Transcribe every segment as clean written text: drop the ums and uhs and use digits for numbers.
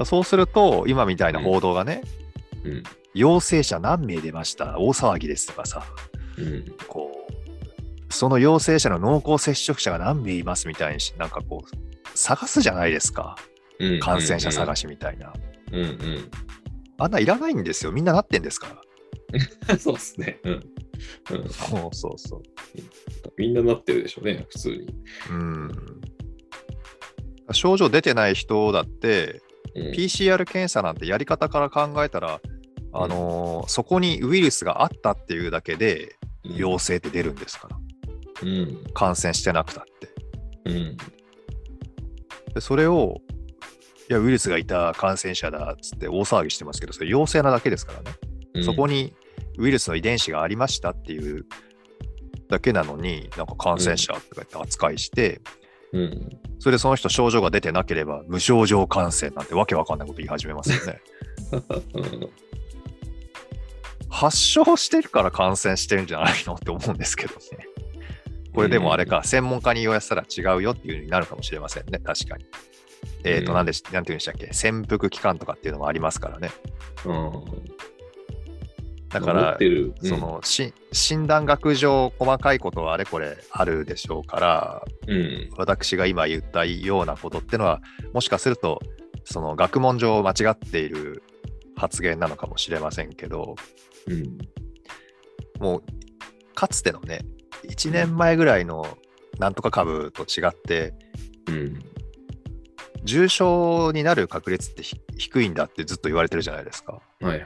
そうすると、今みたいな報道がね、 うん。 陽性者何名出ました、大騒ぎですとかさ、 うん。 こう、その陽性者の濃厚接触者が何名いますみたいになんかこう、探すじゃないですか。 うん。 感染者探しみたいな。 うん。うん。 あんないらないんですよ。みんななってんですかそうですね。うん。うん。 ら。そうそうそう。 みんななってるでしょうね、普通に。 症状出てない人だって、 うん。 PCR 検査なんてやり方から考えたら、そこにウイルスがあったっていうだけで陽性って出るんですから。 うん。 感染してなくたって。 うん。 でそれを、いや、ウイルスがいた感染者だっつって大騒ぎしてますけど、それ陽性なだけですからね。 うん。 そこにウイルスの遺伝子がありましたっていうだけなのに、なんか感染者とか言って扱いして、 うん。 それでその人症状が出てなければ無症状感染なんてわけわかんないこと言い始めますよね。発症してるから感染してるんじゃないのって思うんですけどね。これでもあれか、専門家に言わせたら違うよっていう風になるかもしれませんね、確かに。なんて言うんでしたっけ、潜伏期間とかっていうのもありますからね。だから、その診断学上細かいことはあれこれあるでしょうから、私が今言ったようなことってのは、もしかすると、その学問上間違っている発言なのかもしれませんけど、もうかつてのね、1年前ぐらいのなんとか株と違って、重症になる確率って低いんだってずっと言われてるじゃないですか。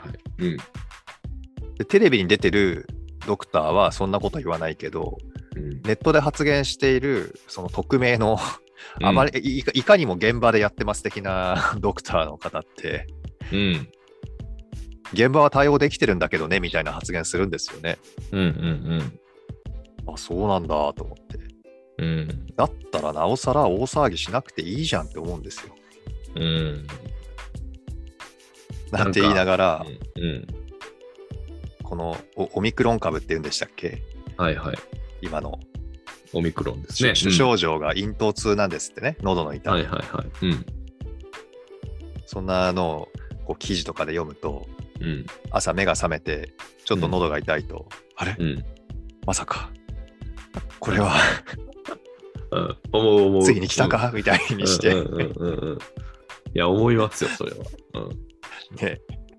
でテレビに出てるドクターはそんなこと言わないけど、ネットで発言しているその匿名のあまりいかにも現場でやってます的なドクターの方って、現場は対応できてるんだけどねみたいな発言するんですよね。あ、そうなんだと思って。だったらなおさら大騒ぎしなくていいじゃんって思うんですよ。なんて言いながら、このオミクロン株って言うんでしたっけ？今のオミクロンですね。 主症状が咽頭痛なんですってね、喉の痛み。そんなのをこう記事とかで読むと、朝目が覚めてちょっと喉が痛いと、あれ、まさかこれはついに来たかみたいにして、 いや思いますよそれは。 ね、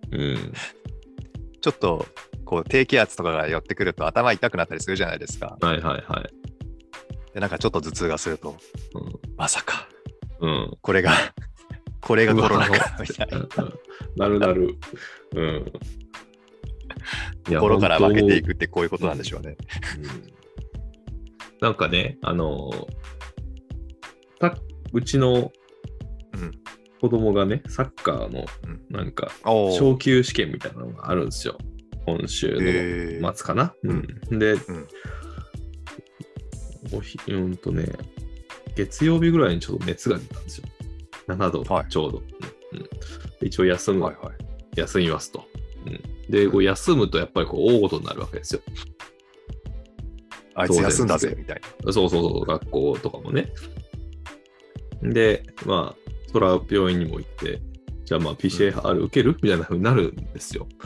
ちょっとこう低気圧とかが寄ってくると頭痛くなったりするじゃないですか。でなんかちょっと頭痛がすると、まさか、これがコロナかみたいな。 なる。 心から分けていくってこういうことなんでしょうね。 なんかね、うちの子供がね、サッカーのなんか昇級試験みたいなのがあるんですよ。今週の末かな。で、月曜日ぐらいにちょっと熱が出たんですよ。7度ちょうど。一応休みますと。で、こう休むとやっぱりこう大事になるわけですよ。 あいつ休んだぜみたいな。そう、学校とかもね。で、まあ、そら病院にも行って、じゃあまあ PCR 受けるみたいな風になるんですよ。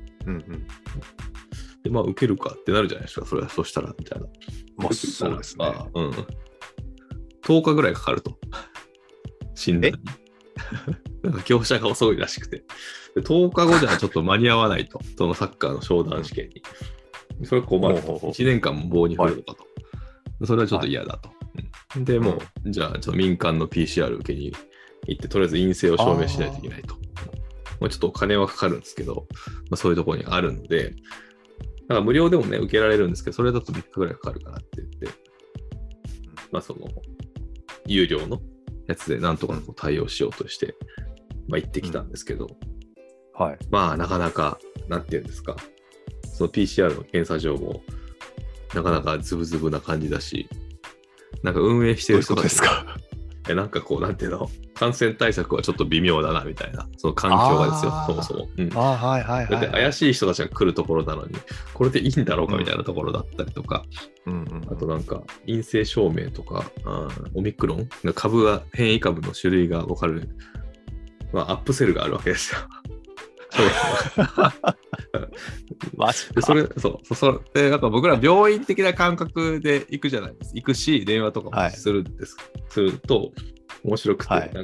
で、まあ受けるかってなるじゃないですか、そしたらみたいな。 まあそうですね。 10日ぐらいかかると。診断に。なんか業者が遅いらしくて。で10日後じゃちょっと間に合わないと。そのサッカーの商談試験に。それは困ると。1年間も棒に振るのかと。それはちょっと嫌だと。で、もう、じゃあちょっと民間の PCR 受けに行って、とりあえず陰性を証明しないといけないと。ちょっとお金はかかるんですけど、そういうところにあるので、だから無料でもね、受けられるんですけど、それだと3日ぐらいかかるかなって言って、その、有料のやつでなんとかこう対応しようとして、行ってきたんですけど、まあなかなか、なんていうんですか、その PCR の検査場も、なかなかズブズブな感じだし、なんか運営してる人たちですか？なんかこう、なんていうの、感染対策はちょっと微妙だなみたいな、その環境がですよ、そもそも。だって怪しい人たちが来るところなのに、これでいいんだろうかみたいなところだったりとか、あとなんか陰性証明とか、オミクロン、変異株の種類が分かるまあ、アップセルがあるわけですよ。 マジでそれでなんか僕ら病院的な感覚で行くじゃないですか。行くし、電話とかもするんです、すると面白くて、なんか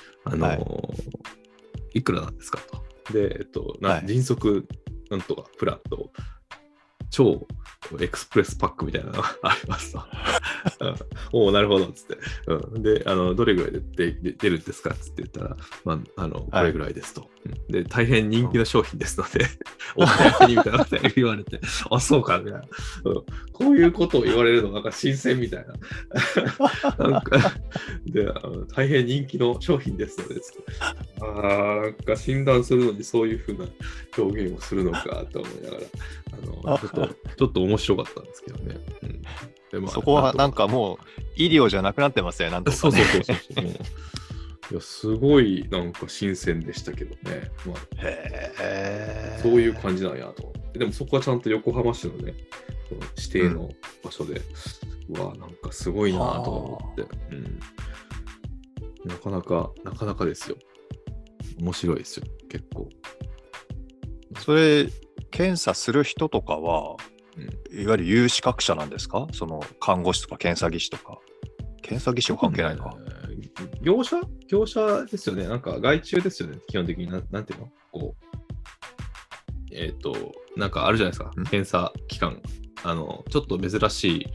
いくらなんですかと。で、迅速なんとかプランと超エクスプレスパックみたいなのがありますと。おお、なるほどっつって。で、どれぐらいで出るんですかっつって言ったら、これぐらいですと。で、大変人気の商品ですので、お早めにみたいなこと言われて、あ、そうか、みたいな。こういうことを言われるのなんか新鮮みたいな。なんかで、大変人気の商品ですので、なんか診断するのにそういうふうな表現をするのかと思いながら、ちょっと面白かったんですけどね。 でそこはなんかもう医療じゃなくなってますよ、なんとか、ね。 そう。いやすごいなんか新鮮でしたけどね。そういう感じなんやと思って。でもそこはちゃんと横浜市のね、その指定の場所で、なんかすごいなと思って、なかなかですよ。面白いですよ、結構。 それ、検査する人とかは、いわゆる有資格者なんですか？その看護師とか検査技師とか。検査技師は関係ないのか。 業者ですよね。なんか外注ですよね。基本的になんていうのこう。なんかあるじゃないですか。検査機関。ちょっと珍しい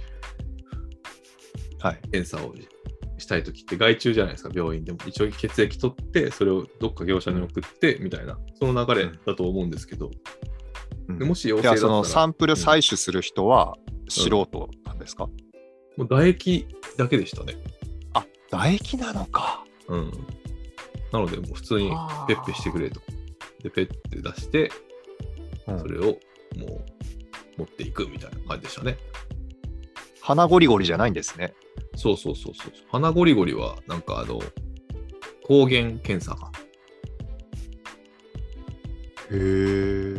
検査をしたいときって外注じゃないですか。病院でも。一応血液取って、それをどっか業者に送ってみたいな、その流れだと思うんですけど。でもし陽性だったら、 そのサンプル採取する人は素人なんですか？ もう唾液だけでしたね。 あ、唾液なのか。 なので、もう普通にペッペしてくれと。で、ペッて出して、それをもう持っていくみたいな感じでしたね。 鼻ゴリゴリじゃないんですね。 そう。鼻ゴリゴリは、なんか抗原検査が。 へー。